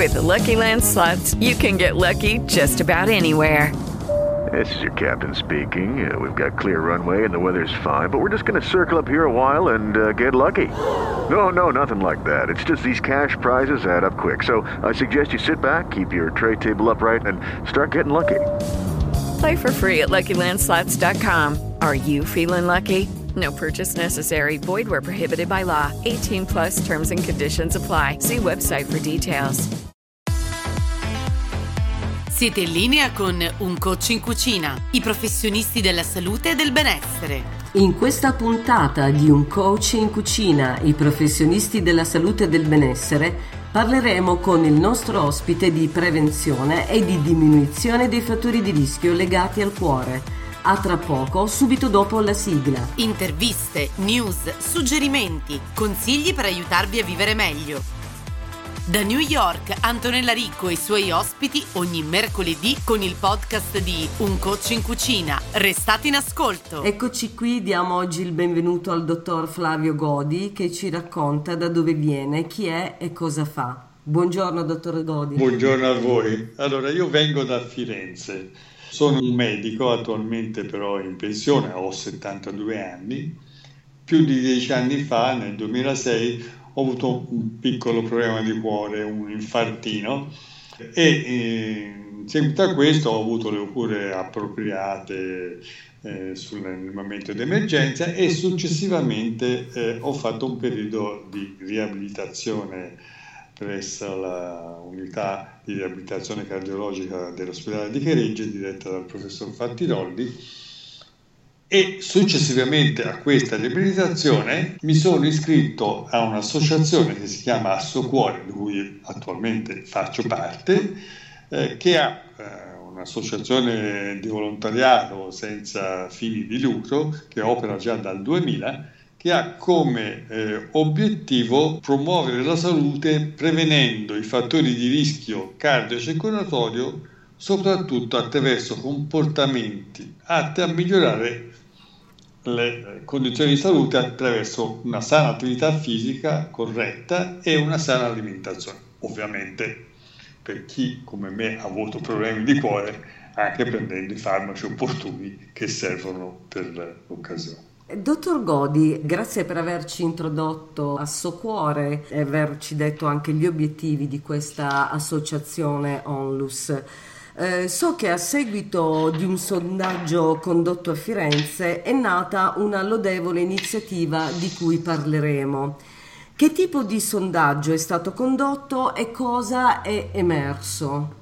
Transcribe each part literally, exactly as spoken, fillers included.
With the Lucky Land Slots, you can get lucky just about anywhere. This is your captain speaking. Uh, we've got clear runway and the weather's fine, but we're just going to circle up here a while and uh, get lucky. No, no, nothing like that. It's just these cash prizes add up quick. So I suggest you sit back, keep your tray table upright, and start getting lucky. Play for free at Lucky Land Slots dot com. Are you feeling lucky? No purchase necessary. Void where prohibited by law. eighteen plus terms and conditions apply. See website for details. Siete in linea con Un Coach in Cucina, i professionisti della salute e del benessere. In questa puntata di Un Coach in Cucina, i professionisti della salute e del benessere, parleremo con il nostro ospite di prevenzione e di diminuzione dei fattori di rischio legati al cuore. A tra poco, subito dopo la sigla. Interviste, news, suggerimenti, consigli per aiutarvi a vivere meglio. Da New York, Antonella Ricco e i suoi ospiti ogni mercoledì con il podcast di Un Coach in Cucina. Restate in ascolto. Eccoci qui, diamo oggi il benvenuto al dottor Flavio Godi che ci racconta da dove viene, chi è e cosa fa. Buongiorno dottor Godi. Buongiorno a voi. Allora, io vengo da Firenze. Sono un medico, attualmente però in pensione, ho settantadue anni. Più di dieci anni fa, nel duemilasei, ho avuto un piccolo problema di cuore, un infartino, e eh, in seguito a questo ho avuto le cure appropriate eh, sul, nel momento di emergenza e successivamente eh, ho fatto un periodo di riabilitazione presso la unità di riabilitazione cardiologica dell'ospedale di Careggi, diretta dal professor Fattiroldi, e successivamente a questa riabilitazione mi sono iscritto a un'associazione che si chiama Assocuore, di cui attualmente faccio parte, eh, che ha eh, un'associazione di volontariato senza fini di lucro che opera già dal duemila, che ha come eh, obiettivo promuovere la salute prevenendo i fattori di rischio cardiocircolatorio, soprattutto attraverso comportamenti atti a migliorare le condizioni di salute attraverso una sana attività fisica corretta e una sana alimentazione. Ovviamente per chi come me ha avuto problemi di cuore, anche prendendo i farmaci opportuni che servono per l'occasione. Dottor Godi, grazie per averci introdotto a Assocuore e averci detto anche gli obiettivi di questa associazione Onlus. Eh, so che a seguito di un sondaggio condotto a Firenze è nata una lodevole iniziativa di cui parleremo. Che tipo di sondaggio è stato condotto e cosa è emerso?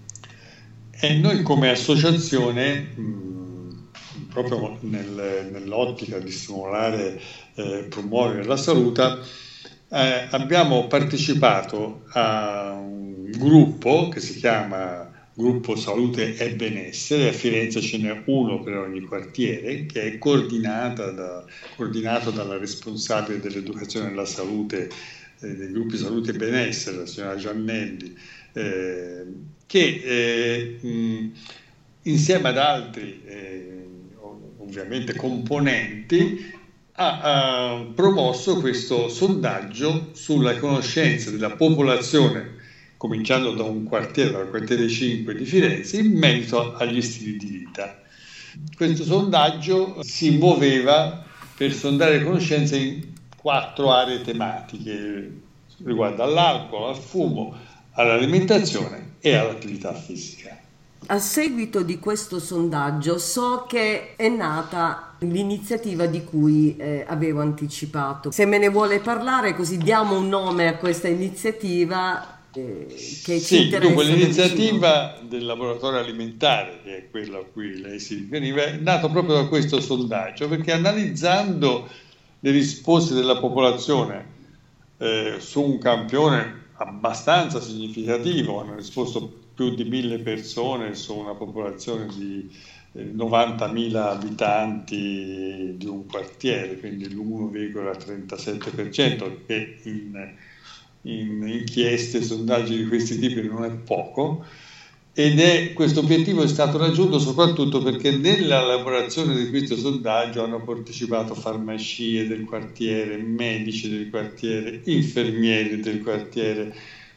E noi come associazione, mh, proprio nel, nell'ottica di stimolare e eh, promuovere la salute, eh, abbiamo partecipato a un gruppo che si chiama Gruppo Salute e Benessere. A Firenze ce n'è uno per ogni quartiere, che è coordinata da, coordinato dalla responsabile dell'educazione alla salute eh, dei gruppi Salute e Benessere, la signora Giannelli, eh, che eh, mh, insieme ad altri eh, ovviamente componenti ha, ha promosso questo sondaggio sulla conoscenza della popolazione, cominciando da un quartiere, dal quartiere cinque di Firenze, in merito agli stili di vita. Questo sondaggio si muoveva per sondare conoscenze in quattro aree tematiche, riguardo all'alcol, al fumo, all'alimentazione e all'attività fisica. A seguito di questo sondaggio so che è nata l'iniziativa di cui eh, avevo anticipato. Se me ne vuole parlare, così diamo un nome a questa iniziativa. Eh, che sì, dunque l'iniziativa del laboratorio alimentare, che è quella a cui lei si riferiva, è nata proprio da questo sondaggio, perché analizzando le risposte della popolazione eh, su un campione abbastanza significativo, hanno risposto più di mille persone su una popolazione di eh, novantamila abitanti di un quartiere, quindi l'uno virgola trentasette per cento, che in in inchieste, sondaggi di questi tipi non è poco, ed è questo obiettivo è stato raggiunto soprattutto perché nella elaborazione di questo sondaggio hanno partecipato farmacie del quartiere, medici del quartiere, infermieri del quartiere,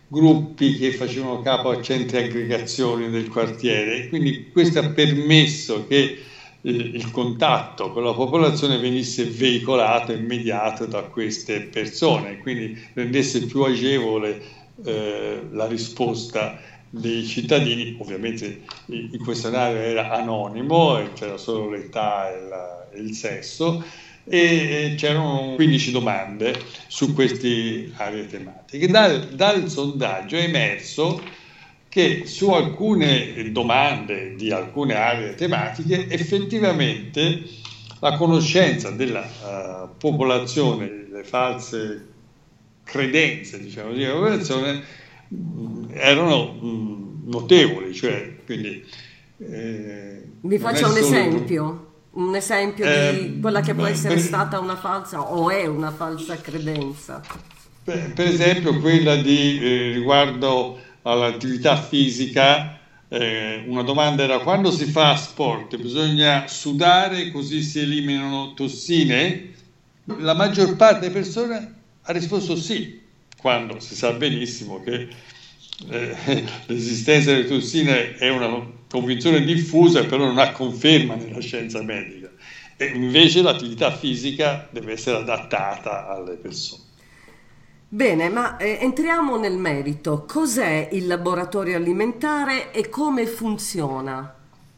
gruppi che facevano capo a centri aggregazioni del quartiere, quindi questo ha permesso che il, il contatto con la popolazione venisse veicolato e mediato da queste persone, quindi rendesse più agevole eh, la risposta dei cittadini. Ovviamente il questionario era anonimo e c'era solo l'età e, la, e il sesso, e c'erano quindici domande su queste aree tematiche. Dal, dal sondaggio è emerso che su alcune domande di alcune aree tematiche effettivamente la conoscenza della uh, popolazione, le false credenze, diciamo, della popolazione mh, erano mh, notevoli, cioè quindi eh, mi faccia un esempio. Un esempio eh, di quella che può beh, essere per, stata una falsa o è una falsa credenza. Per, per esempio quella di eh, riguardo all'attività fisica, eh, una domanda era: quando si fa sport bisogna sudare così si eliminano tossine? La maggior parte delle persone ha risposto sì, quando si sa benissimo che eh, l'esistenza delle tossine è una convinzione diffusa, però non ha conferma nella scienza medica, e invece l'attività fisica deve essere adattata alle persone. Bene, ma eh, entriamo nel merito. Cos'è il laboratorio alimentare e come funziona?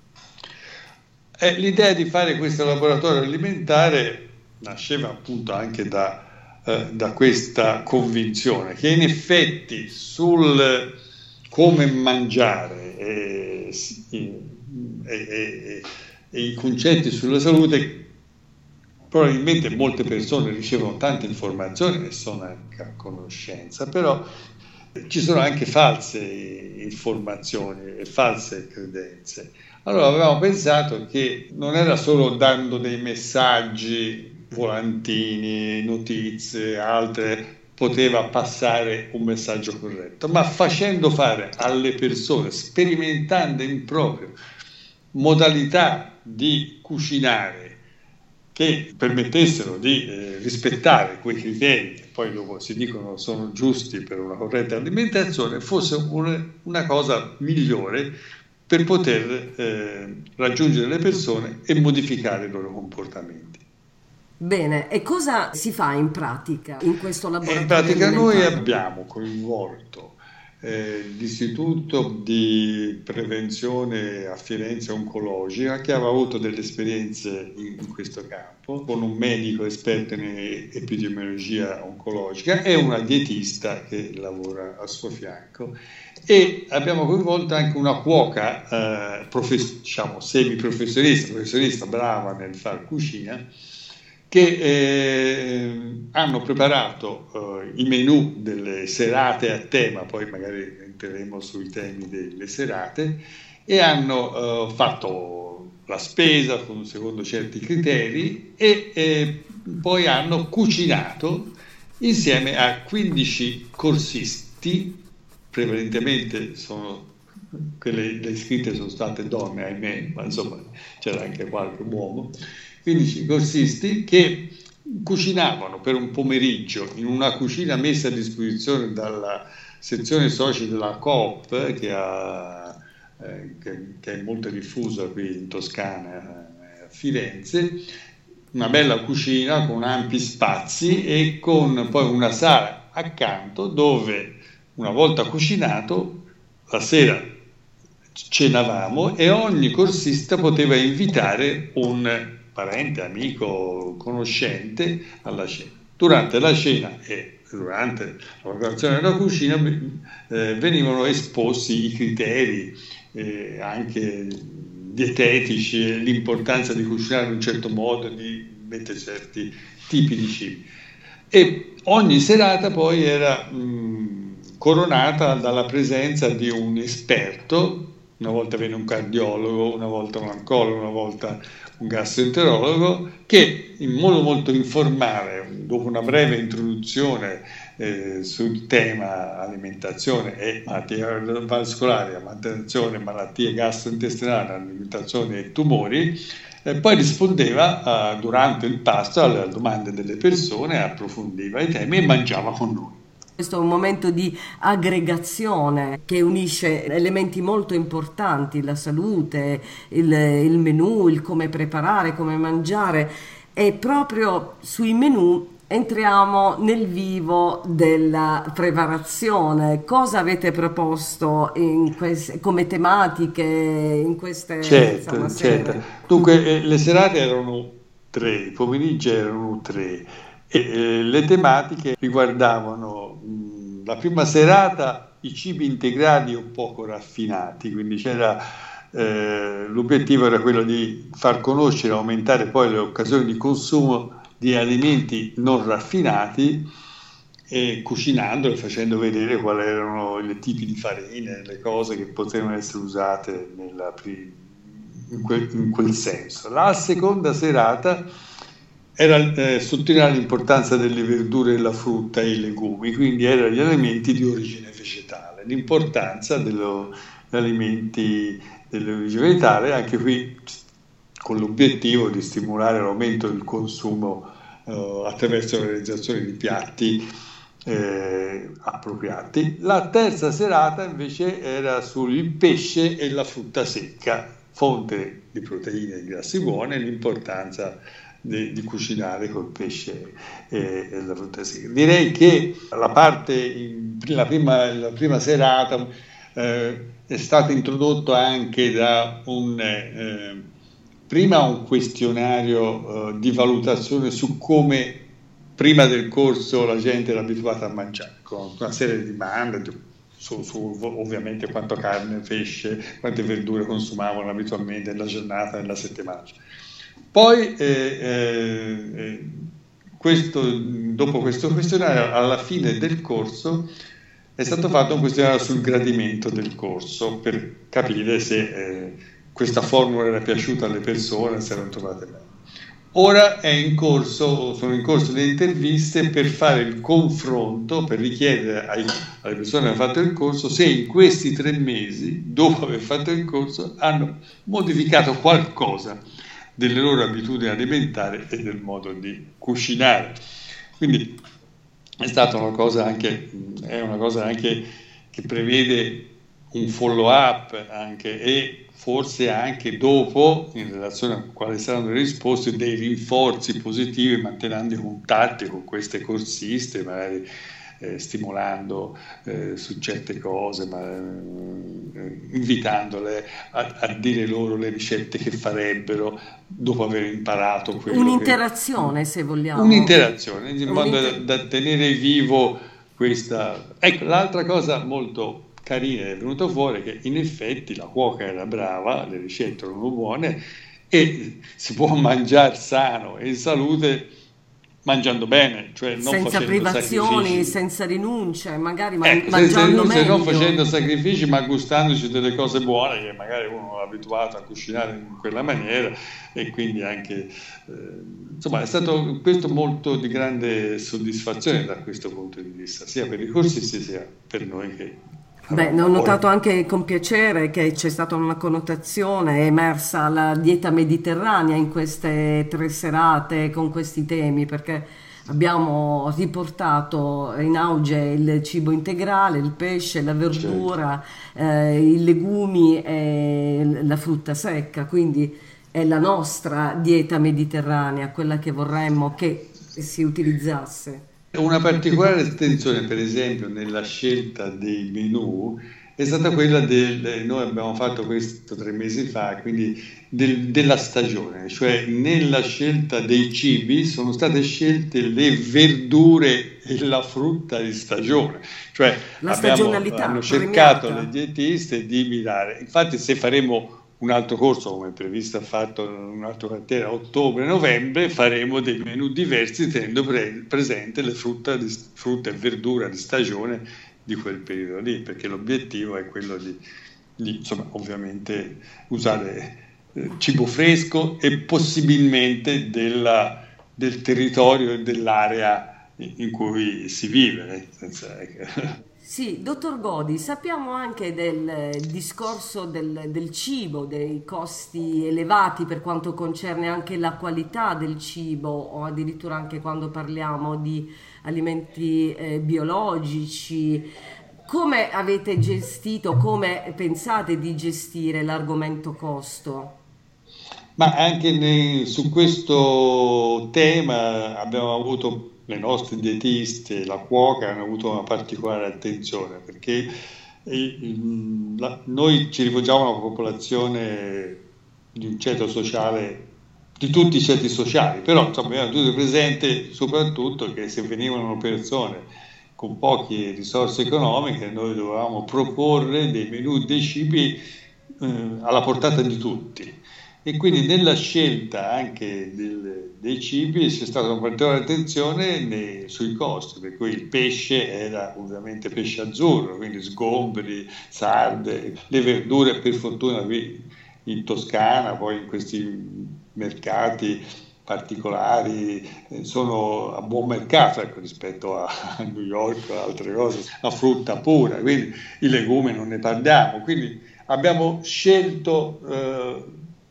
Eh, l'idea di fare questo laboratorio alimentare nasceva appunto anche da, eh, da questa convinzione che in effetti sul come mangiare e, e, e, e i concetti sulla salute, probabilmente molte persone ricevono tante informazioni e sono anche a conoscenza, però ci sono anche false informazioni e false credenze. Allora avevamo pensato che non era solo dando dei messaggi, volantini, notizie, altre, poteva passare un messaggio corretto, ma facendo fare alle persone, sperimentando in proprio modalità di cucinare che permettessero di eh, rispettare quei criteri che poi dopo si dicono sono giusti per una corretta alimentazione, fosse una, una cosa migliore per poter eh, raggiungere le persone e modificare i loro comportamenti. Bene, e cosa si fa in pratica in questo laboratorio? In pratica alimentare? Noi abbiamo coinvolto eh, l'Istituto di Prevenzione a Firenze Oncologica, che aveva avuto delle esperienze in, in questo campo, con un medico esperto in epidemiologia oncologica e una dietista che lavora al suo fianco, e abbiamo coinvolto anche una cuoca eh, profes- diciamo semi-professionista, professionista brava nel far cucina, che eh, hanno preparato eh, i menù delle serate a tema, poi magari entreremo sui temi delle serate, e hanno eh, fatto la spesa con, secondo certi criteri, e eh, poi hanno cucinato insieme a quindici corsisti, prevalentemente sono quelle le iscritte sono state donne, ahimè, ma insomma c'era anche qualche uomo, quindici corsisti che cucinavano per un pomeriggio in una cucina messa a disposizione dalla sezione soci della Coop, che, ha, eh, che, che è molto diffusa qui in Toscana, eh, a Firenze, una bella cucina con ampi spazi e con poi una sala accanto dove, una volta cucinato, la sera cenavamo e ogni corsista poteva invitare un parente, amico, conoscente alla cena. Durante la cena e durante la preparazione della cucina eh, venivano esposti i criteri eh, anche dietetici, l'importanza di cucinare in un certo modo, di mettere certi tipi di cibi. E ogni serata poi era mh, coronata dalla presenza di un esperto. Una volta viene un cardiologo, una volta un oncologo, una volta un gastroenterologo, che in modo molto informale, dopo una breve introduzione eh, sul tema alimentazione e malattie cardiovascolari, alimentazione, malattie gastrointestinali, alimentazione e tumori, eh, poi rispondeva eh, durante il pasto alle domande delle persone, approfondiva i temi e mangiava con noi. Questo è un momento di aggregazione che unisce elementi molto importanti, la salute, il, il menù, il come preparare, come mangiare, e proprio sui menù entriamo nel vivo della preparazione. Cosa avete proposto in queste, come tematiche in queste Certo, insomma, certo. sere? Dunque, eh, le serate erano tre, i pomeriggi erano tre e eh, le tematiche riguardavano mh, la prima serata i cibi integrali o poco raffinati, quindi c'era eh, l'obiettivo era quello di far conoscere e aumentare poi le occasioni di consumo di alimenti non raffinati, e cucinandoli, facendo vedere quali erano i tipi di farine, le cose che potevano essere usate nella, in, quel, in quel senso. La seconda serata era eh, sottolineare l'importanza delle verdure, della frutta e i legumi, quindi erano gli alimenti di origine vegetale, l'importanza degli alimenti dell'origine vegetale, anche qui con l'obiettivo di stimolare l'aumento del consumo eh, attraverso la realizzazione di piatti eh, appropriati. La terza serata invece era sul pesce e la frutta secca, fonte di proteine e grassi buoni, e l'importanza di, di cucinare col pesce e, e la frutta secca. Direi che la parte, in, la, prima, la prima serata eh, è stata introdotta anche da un... Eh, prima un questionario uh, di valutazione su come prima del corso la gente era abituata a mangiare, con una serie di domande su, su ovviamente quanto carne, pesce, quante verdure consumavano abitualmente nella giornata, nella settimana. Poi eh, eh, questo, dopo questo questionario, alla fine del corso è stato fatto un questionario sul gradimento del corso per capire se eh, questa formula era piaciuta alle persone, se erano trovate bene. Ora è in corso, sono in corso le interviste per fare il confronto, per richiedere ai, alle persone che hanno fatto il corso se in questi tre mesi, dopo aver fatto il corso, hanno modificato qualcosa delle loro abitudini alimentari e del modo di cucinare. Quindi è stata una cosa anche, è una cosa anche che prevede un follow up anche, e forse anche dopo, in relazione a quali saranno le risposte, dei rinforzi positivi, mantenendo i contatti con queste corsiste, magari eh, stimolando eh, su certe cose, ma eh, invitandole a, a dire loro le ricette che farebbero dopo aver imparato quello. Un'interazione, che, se vogliamo. Un'interazione, in modo Un'inter- da, da tenere vivo questa... Ecco, l'altra cosa molto carina è venuto fuori che in effetti la cuoca era brava, le ricette erano buone e si può mangiare sano e in salute mangiando bene, cioè non senza facendo privazioni, sacrifici. senza rinunce, magari man- Ecco, senza mangiando rinunce, meglio. non facendo sacrifici, ma gustandoci delle cose buone che magari uno è abituato a cucinare in quella maniera, e quindi anche eh, insomma è stato questo molto di grande soddisfazione da questo punto di vista, sia per i corsisti sia per noi che... Beh, ne ho notato anche con piacere che c'è stata una connotazione, è emersa la dieta mediterranea in queste tre serate con questi temi, perché abbiamo riportato in auge il cibo integrale, il pesce, la verdura, eh, i legumi e la frutta secca, quindi è la nostra dieta mediterranea, quella che vorremmo che si utilizzasse. Una particolare attenzione, per esempio, nella scelta dei menù è stata quella del, noi abbiamo fatto questo tre mesi fa, quindi del, della stagione, cioè nella scelta dei cibi sono state scelte le verdure e la frutta di stagione, cioè la abbiamo, hanno cercato premiata. Le dietiste di imitare. Infatti se faremo un altro corso, come previsto, fatto un altro quartiere a ottobre-novembre, faremo dei menù diversi tenendo pre- presente le frutta, di, frutta e verdura di stagione di quel periodo lì, perché l'obiettivo è quello di, di insomma, ovviamente usare eh, cibo fresco e possibilmente della, del territorio e dell'area in cui si vive. Eh, senza, Sì, dottor Godi, sappiamo anche del discorso del, del cibo, dei costi elevati per quanto concerne anche la qualità del cibo, o addirittura anche quando parliamo di alimenti eh, biologici. Come avete gestito, come pensate di gestire l'argomento costo? Ma anche nei- su questo tema abbiamo avuto le nostre dietiste, la cuoca, hanno avuto una particolare attenzione perché eh, mm, la- noi ci rivolgiamo a una popolazione di un ceto sociale, di tutti i ceti sociali, però insomma abbiamo tutti presente soprattutto che se venivano persone con poche risorse economiche, noi dovevamo proporre dei menù, dei cibi eh, alla portata di tutti. E quindi nella scelta anche del- dei cibi c'è stata una particolare attenzione nei- sui costi, per cui il pesce era ovviamente pesce azzurro, quindi sgomberi, sarde, le verdure per fortuna qui in Toscana, poi in questi mercati particolari eh, sono a buon mercato, ecco, rispetto a, a New York o altre cose, la frutta pura, quindi i legumi non ne parliamo, quindi abbiamo scelto eh,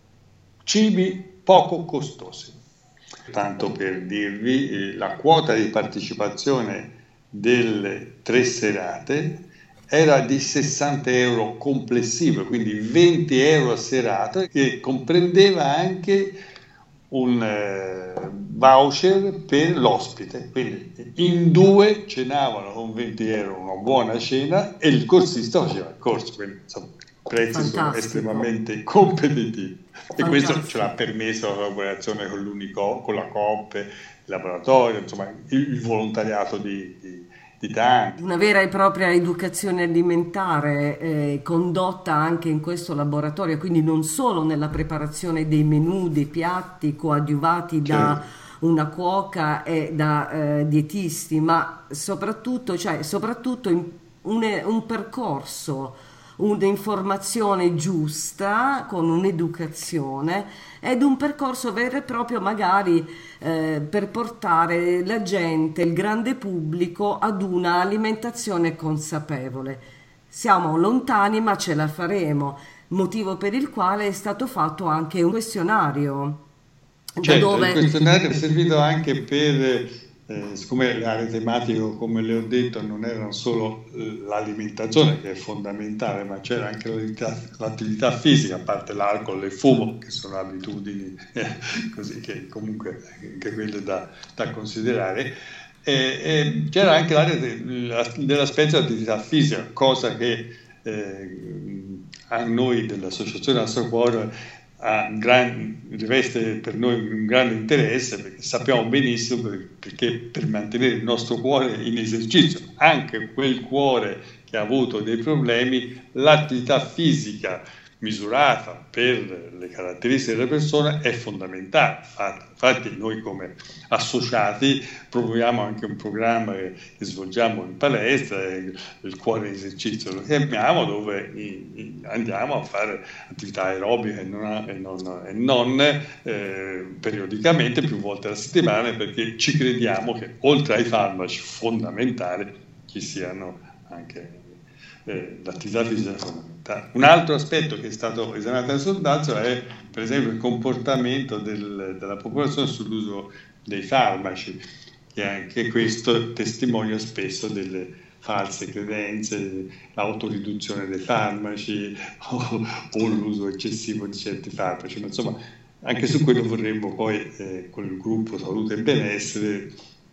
cibi poco costosi. Tanto per dirvi, eh, la quota di partecipazione delle tre serate era di sessanta euro complessivo, quindi venti euro a serata, che comprendeva anche un eh, voucher per l'ospite, quindi in due cenavano con venti euro una buona cena e il corsista faceva il corso, quindi insomma i prezzi sono Fantastico. estremamente competitivi e questo Fantastico. ce l'ha permesso la collaborazione con l'Unico, con la Coop, il laboratorio, insomma il, il volontariato di, di, di tanti. Una vera e propria educazione alimentare eh, condotta anche in questo laboratorio, quindi non solo nella preparazione dei menù, dei piatti coadiuvati da Certo. una cuoca e da eh, dietisti, ma soprattutto, cioè, soprattutto in un, un percorso, un'informazione giusta con un'educazione ed un percorso vero e proprio magari eh, per portare la gente, il grande pubblico ad una alimentazione consapevole. Siamo lontani ma ce la faremo, motivo per il quale è stato fatto anche un questionario da Certo, il dove questionario è servito anche per, eh, siccome le aree tematiche, come le ho detto, non erano solo eh, l'alimentazione, che è fondamentale, ma c'era anche l'attività, l'attività fisica, a parte l'alcol e il fumo, che sono abitudini eh, così che comunque anche quelle da, da considerare. E, e c'era anche l'area de- dell'aspetto dell'attività fisica, cosa che eh, a noi dell'Associazione Astro Cuore ha gran, riveste per noi un grande interesse, perché sappiamo benissimo per- perché per mantenere il nostro cuore in esercizio, anche quel cuore che ha avuto dei problemi, l'attività fisica misurata per le caratteristiche della persona è fondamentale. Infatti noi come associati promuoviamo anche un programma che, che svolgiamo in palestra, il cuore in esercizio lo chiamiamo, dove i- i- andiamo a fare attività aerobiche e non, e non- e non, eh, periodicamente, più volte alla settimana, perché ci crediamo che oltre ai farmaci fondamentali ci siano anche eh, l'attività fisica fondamentale. Un altro aspetto che è stato esaminato nel sondaggio è per esempio il comportamento del- della popolazione sull'uso dei farmaci, che anche questo testimonia spesso delle false credenze, l'autoriduzione dei farmaci o, o l'uso eccessivo di certi farmaci. Ma insomma, anche su quello vorremmo poi eh, con il gruppo Salute e Benessere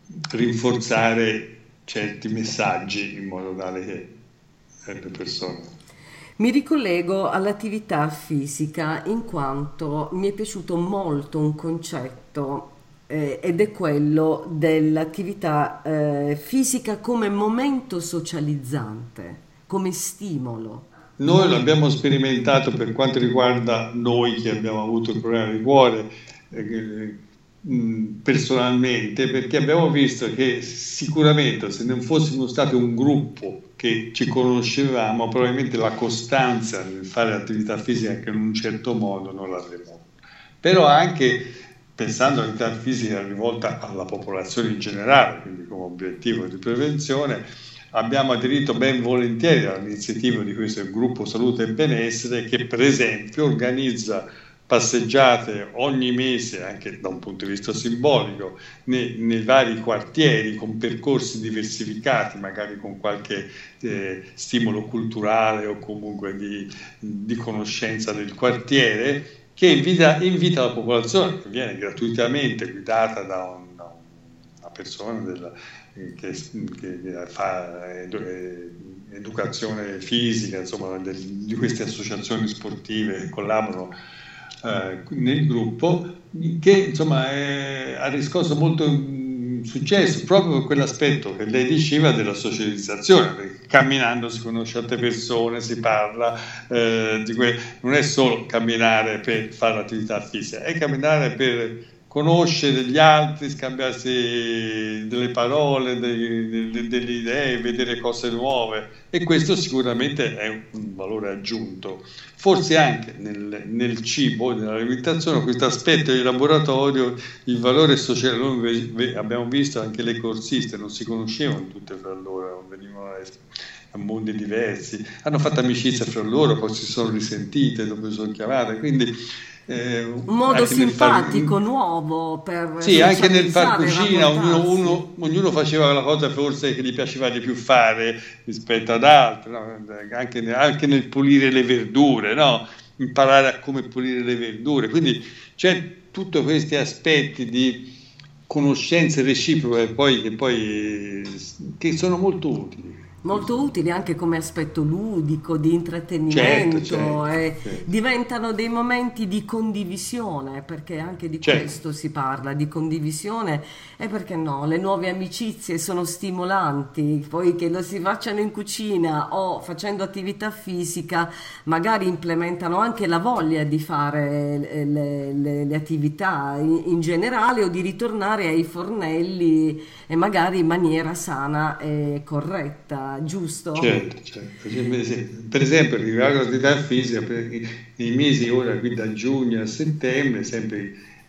rinforzare certi messaggi in modo tale che eh, le persone. mi ricollego all'attività fisica in quanto mi è piaciuto molto un concetto eh, ed è quello dell'attività eh, fisica come momento socializzante, come stimolo. Noi l'abbiamo sperimentato per quanto riguarda noi che abbiamo avuto il problema di cuore eh, mh, personalmente, perché abbiamo visto che sicuramente se non fossimo stati un gruppo che ci conoscevamo, probabilmente la costanza nel fare attività fisica anche in un certo modo non l'avremmo. Però anche pensando all'attività fisica rivolta alla popolazione in generale, quindi come obiettivo di prevenzione, abbiamo aderito ben volentieri all'iniziativa di questo gruppo Salute e Benessere, che per esempio organizza passeggiate ogni mese, anche da un punto di vista simbolico, nei, nei vari quartieri, con percorsi diversificati, magari con qualche eh, stimolo culturale o comunque di, di conoscenza del quartiere, che invita, invita la popolazione, che viene gratuitamente guidata da, un, da una persona della, che, che fa eh, educazione fisica, insomma, del, di queste associazioni sportive che collaborano Uh, nel gruppo, che insomma è, ha riscosso molto mh, successo proprio per quell'aspetto che lei diceva della socializzazione, perché camminando si conosce altre persone, si parla uh, di que- non è solo camminare per fare l'attività fisica, è camminare per conoscere gli altri, scambiarsi delle parole, dei, de, delle idee, vedere cose nuove, e questo sicuramente è un valore aggiunto. Forse anche nel, nel cibo, nell'alimentazione, questo aspetto di laboratorio, il valore sociale. Noi abbiamo visto anche le corsiste, non si conoscevano tutte fra loro, venivano da mondi diversi, hanno fatto amicizia fra loro, poi si sono risentite, dopo si sono chiamate, quindi Eh, un modo simpatico, far... nuovo per sì, anche nel far cucina ognuno, uno, ognuno faceva la cosa forse che gli piaceva di più fare rispetto ad altri, no? anche, anche nel pulire le verdure, no? Imparare a come pulire le verdure, quindi c'è tutti questi aspetti di conoscenze reciproche poi, che poi che sono molto utili. Molto utili anche come aspetto ludico, di intrattenimento, certo, certo, eh, certo. Diventano dei momenti di condivisione, perché anche di certo. questo si parla, di condivisione, e perché no, le nuove amicizie sono stimolanti, poi che lo si facciano in cucina o facendo attività fisica, magari implementano anche la voglia di fare le, le, le, le attività in, in generale, o di ritornare ai fornelli e magari in maniera sana e corretta. Giusto? Certo, certo. Per esempio riguardo all'attività fisica, nei mesi ora qui da giugno a settembre, sempre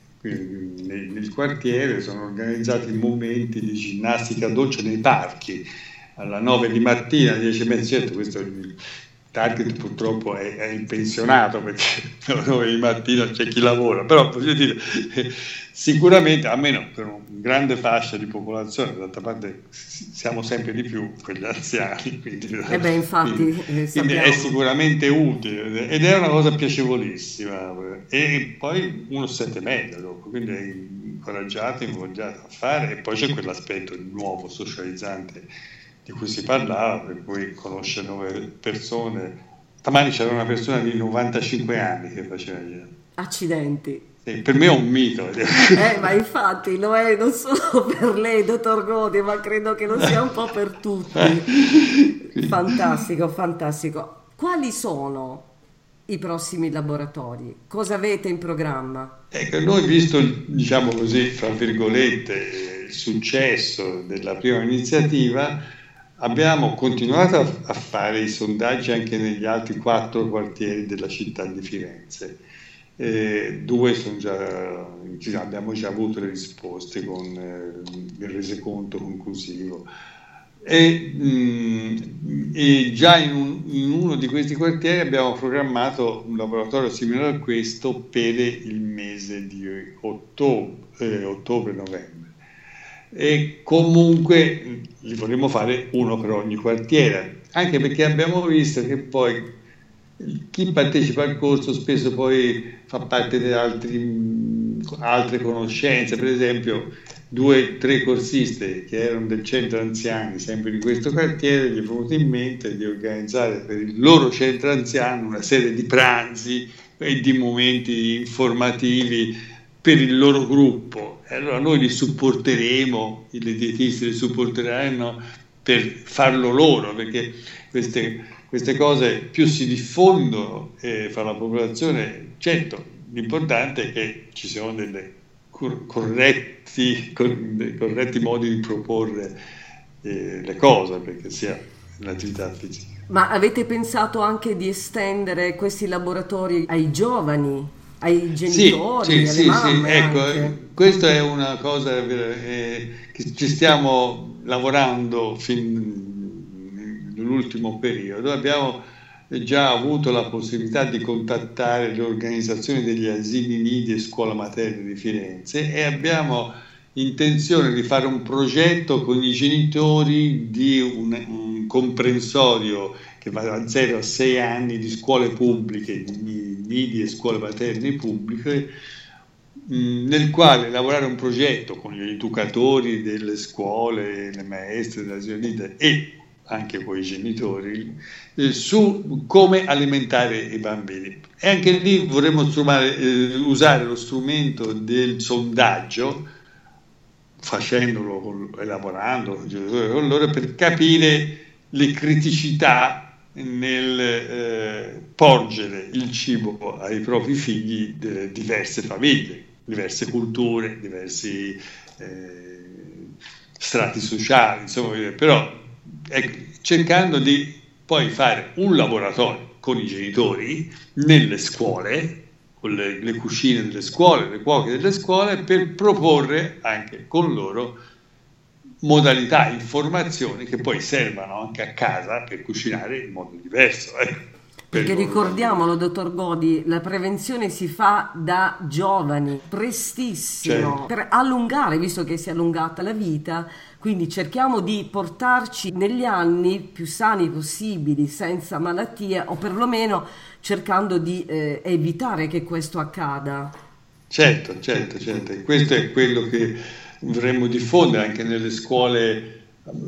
nel quartiere sono organizzati momenti di ginnastica dolce nei parchi alla nove di mattina, dieci e mezza. Certo, questo il target purtroppo è, è pensionato, perché alle nove di mattina c'è chi lavora, però voglio dire, sicuramente, almeno per una grande fascia di popolazione, d'altra parte siamo sempre di più quegli anziani, quindi, eh beh, infatti, quindi, eh, quindi è sicuramente utile ed è una cosa piacevolissima, e poi uno si sente meglio dopo, quindi è incoraggiato, invogliato a fare. E poi c'è quell'aspetto nuovo, socializzante, di cui si parlava, per cui conosce nuove persone. Stamani c'era una persona di novantacinque anni che faceva giro. Accidenti. Sì, per me è un mito. Eh, ma infatti lo è non solo per lei, dottor Godi, ma credo che lo sia un po' per tutti. Fantastico, fantastico. Quali sono i prossimi laboratori? Cosa avete in programma? Ecco, noi, visto, diciamo così, fra virgolette, il successo della prima iniziativa, abbiamo continuato a fare i sondaggi anche negli altri quattro quartieri della città di Firenze. Eh, due sono già, abbiamo già avuto le risposte con eh, il resoconto conclusivo, e, mh, e già in, un, in uno di questi quartieri abbiamo programmato un laboratorio simile a questo per il mese di ottobre, eh, ottobre-novembre. E comunque li vorremmo fare uno per ogni quartiere, anche perché abbiamo visto che poi chi partecipa al corso spesso poi fa parte di altri, altre conoscenze. Per esempio due o tre corsiste che erano del centro anziani sempre di questo quartiere, gli è venuto in mente di organizzare per il loro centro anziano una serie di pranzi e di momenti informativi per il loro gruppo. E allora noi li supporteremo, i dietisti li supporteranno per farlo loro, perché queste, queste cose più si diffondono eh, fra la popolazione. Certo, l'importante è che ci siano delle cor- corretti, cor- dei corretti modi di proporre eh, le cose, perché sia l'attività fisica. Ma avete pensato anche di estendere questi laboratori ai giovani? Ai genitori, sì, alle sì, mamme, sì, ecco, anche. Questa è una cosa eh, che ci stiamo lavorando fin nell'ultimo periodo abbiamo già avuto la possibilità di contattare le organizzazioni degli asili nidi e scuola materna di Firenze e abbiamo intenzione di fare un progetto con i genitori di un, un comprensorio che va da zero a sei anni di scuole pubbliche, di nidi e scuole materne pubbliche, mh, nel quale lavorare un progetto con gli educatori delle scuole, le maestre dell'asilo nido e anche con i genitori, eh, su come alimentare i bambini. E anche lì vorremmo trovare, eh, usare lo strumento del sondaggio, facendolo, con, elaborando con loro, per capire le criticità nel eh, porgere il cibo ai propri figli di diverse famiglie, diverse culture, diversi eh, strati sociali, insomma, però ecco, cercando di poi fare un laboratorio con i genitori nelle scuole, con le, le cucine delle scuole, le cuoche delle scuole, per proporre anche con loro modalità, informazioni che poi servano anche a casa per cucinare in modo diverso. Eh. Perché ricordiamolo, dottor Godi, la prevenzione si fa da giovani, prestissimo, certo, per allungare, visto che si è allungata la vita, quindi cerchiamo di portarci negli anni più sani possibili, senza malattie, o perlomeno cercando di eh, evitare che questo accada. Certo, certo, certo, e questo è quello che vorremmo diffondere anche nelle scuole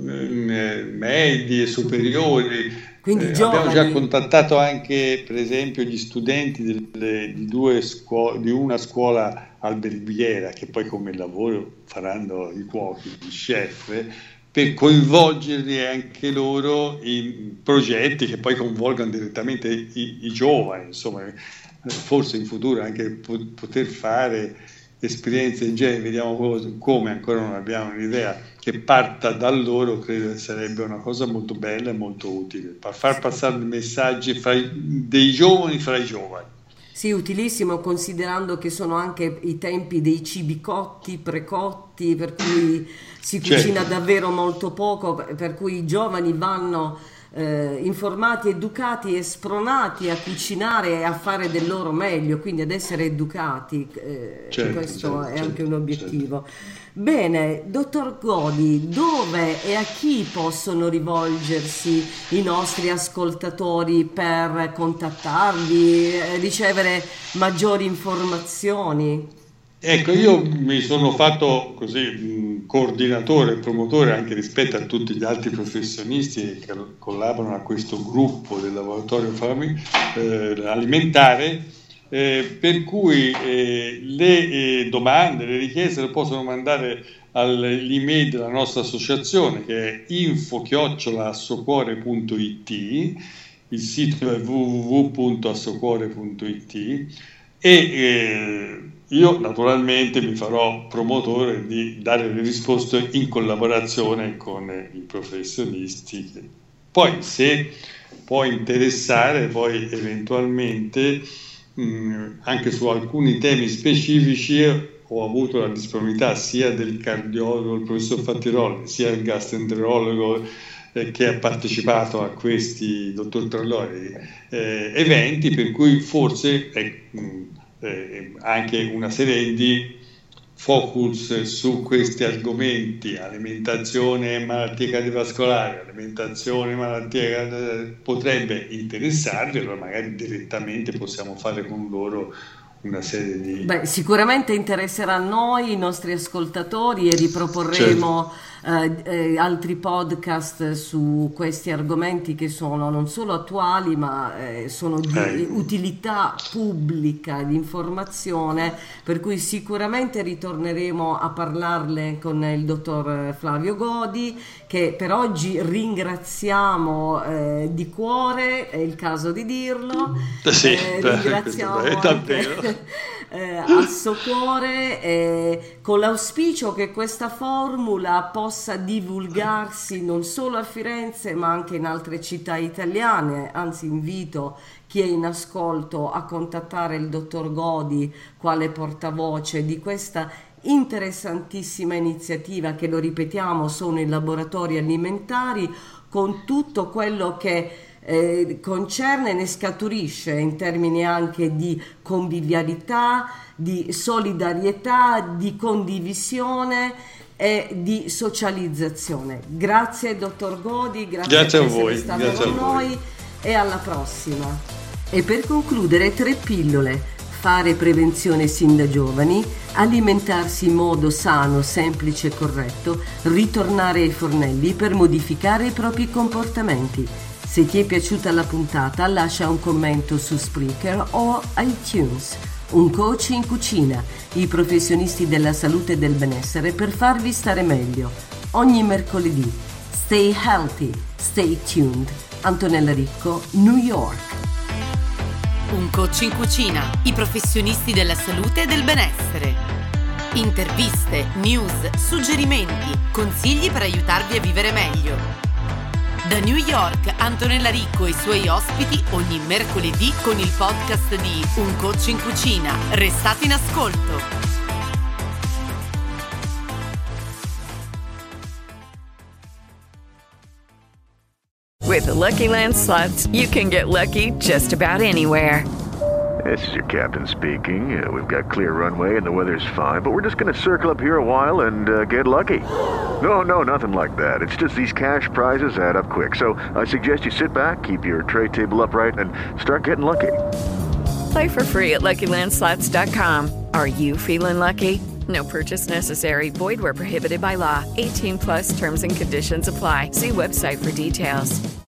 eh, medie, superiori. Quindi eh, abbiamo già contattato anche, per esempio, gli studenti delle, di, due scuole, di una scuola alberghiera, che poi come lavoro faranno i cuochi, i chef, per coinvolgerli anche loro in progetti che poi coinvolgano direttamente i, i giovani, insomma, forse in futuro anche poter fare esperienze in genere, vediamo come, ancora non abbiamo un'idea, che parta da loro, credo che sarebbe una cosa molto bella e molto utile, per far passare i messaggi fra i, dei giovani fra i giovani. Sì, utilissimo, considerando che sono anche i tempi dei cibi cotti, precotti, per cui si cucina, certo, davvero molto poco, per cui i giovani vanno eh, informati, educati e spronati a cucinare e a fare del loro meglio, quindi ad essere educati, eh, certo, questo certo, è anche certo, un obiettivo. Certo. Bene, dottor Godi, dove e a chi possono rivolgersi i nostri ascoltatori per contattarvi, ricevere maggiori informazioni? Ecco, io mi sono fatto così mh, coordinatore, promotore anche rispetto a tutti gli altri professionisti che collaborano a questo gruppo del laboratorio fami- eh, alimentare. Eh, per cui eh, le eh, domande, le richieste le possono mandare all'email della nostra associazione, che è info chiocciola assocuore punto it, il sito è w w w punto assocuore punto it e eh, io naturalmente mi farò promotore di dare le risposte in collaborazione con eh, i professionisti. Poi se può interessare, poi eventualmente anche su alcuni temi specifici ho avuto la disponibilità sia del cardiologo, il professor Fattiroli, sia il gastroenterologo eh, che ha partecipato a questi, dottor Trallori, eh, eventi, per cui forse eh, eh, anche una serie di focus su questi argomenti, alimentazione e malattie cardiovascolari, alimentazione e malattie, potrebbe interessarli, allora magari direttamente possiamo fare con loro una serie di... Beh, sicuramente interesserà a noi, i nostri ascoltatori, e riproporremo certo. eh, eh, altri podcast su questi argomenti che sono non solo attuali, ma eh, sono di eh. utilità pubblica, di informazione, per cui sicuramente ritorneremo a parlarne con il dottor Flavio Godi, che per oggi ringraziamo eh, di cuore, è il caso di dirlo. Sì, eh, ringraziamo è davvero. Eh, a Soccuore, eh, con l'auspicio che questa formula possa divulgarsi non solo a Firenze ma anche in altre città italiane. Anzi, invito chi è in ascolto a contattare il dottor Godi quale portavoce di questa interessantissima iniziativa che, lo ripetiamo, sono i laboratori alimentari, con tutto quello che eh, concerne e ne scaturisce in termini anche di convivialità, di solidarietà, di condivisione e di socializzazione. Grazie dottor Godi, grazie, grazie per a voi, essere stato grazie con noi e alla prossima. E per concludere, tre pillole: fare prevenzione sin da giovani, alimentarsi in modo sano, semplice e corretto, ritornare ai fornelli per modificare i propri comportamenti. Se ti è piaciuta la puntata, lascia un commento su Spreaker o iTunes. Un coach in cucina, i professionisti della salute e del benessere per farvi stare meglio. Ogni mercoledì. Stay healthy, stay tuned. Antonella Ricco, New York. Un coach in cucina, i professionisti della salute e del benessere. Interviste, news, suggerimenti, consigli per aiutarvi a vivere meglio. Da New York, Antonella Ricco e i suoi ospiti ogni mercoledì con il podcast di Un coach in cucina. Restate in ascolto. With the Lucky Land Slots, you can get lucky just about anywhere. This is your captain speaking. Uh, we've got clear runway and the weather's fine, but we're just going to circle up here a while and uh, get lucky. No, no, nothing like that. It's just these cash prizes add up quick. So I suggest you sit back, keep your tray table upright, and start getting lucky. Play for free at Lucky Land Slots dot com. Are you feeling lucky? No purchase necessary. Void where prohibited by law. eighteen plus terms and conditions apply. See website for details.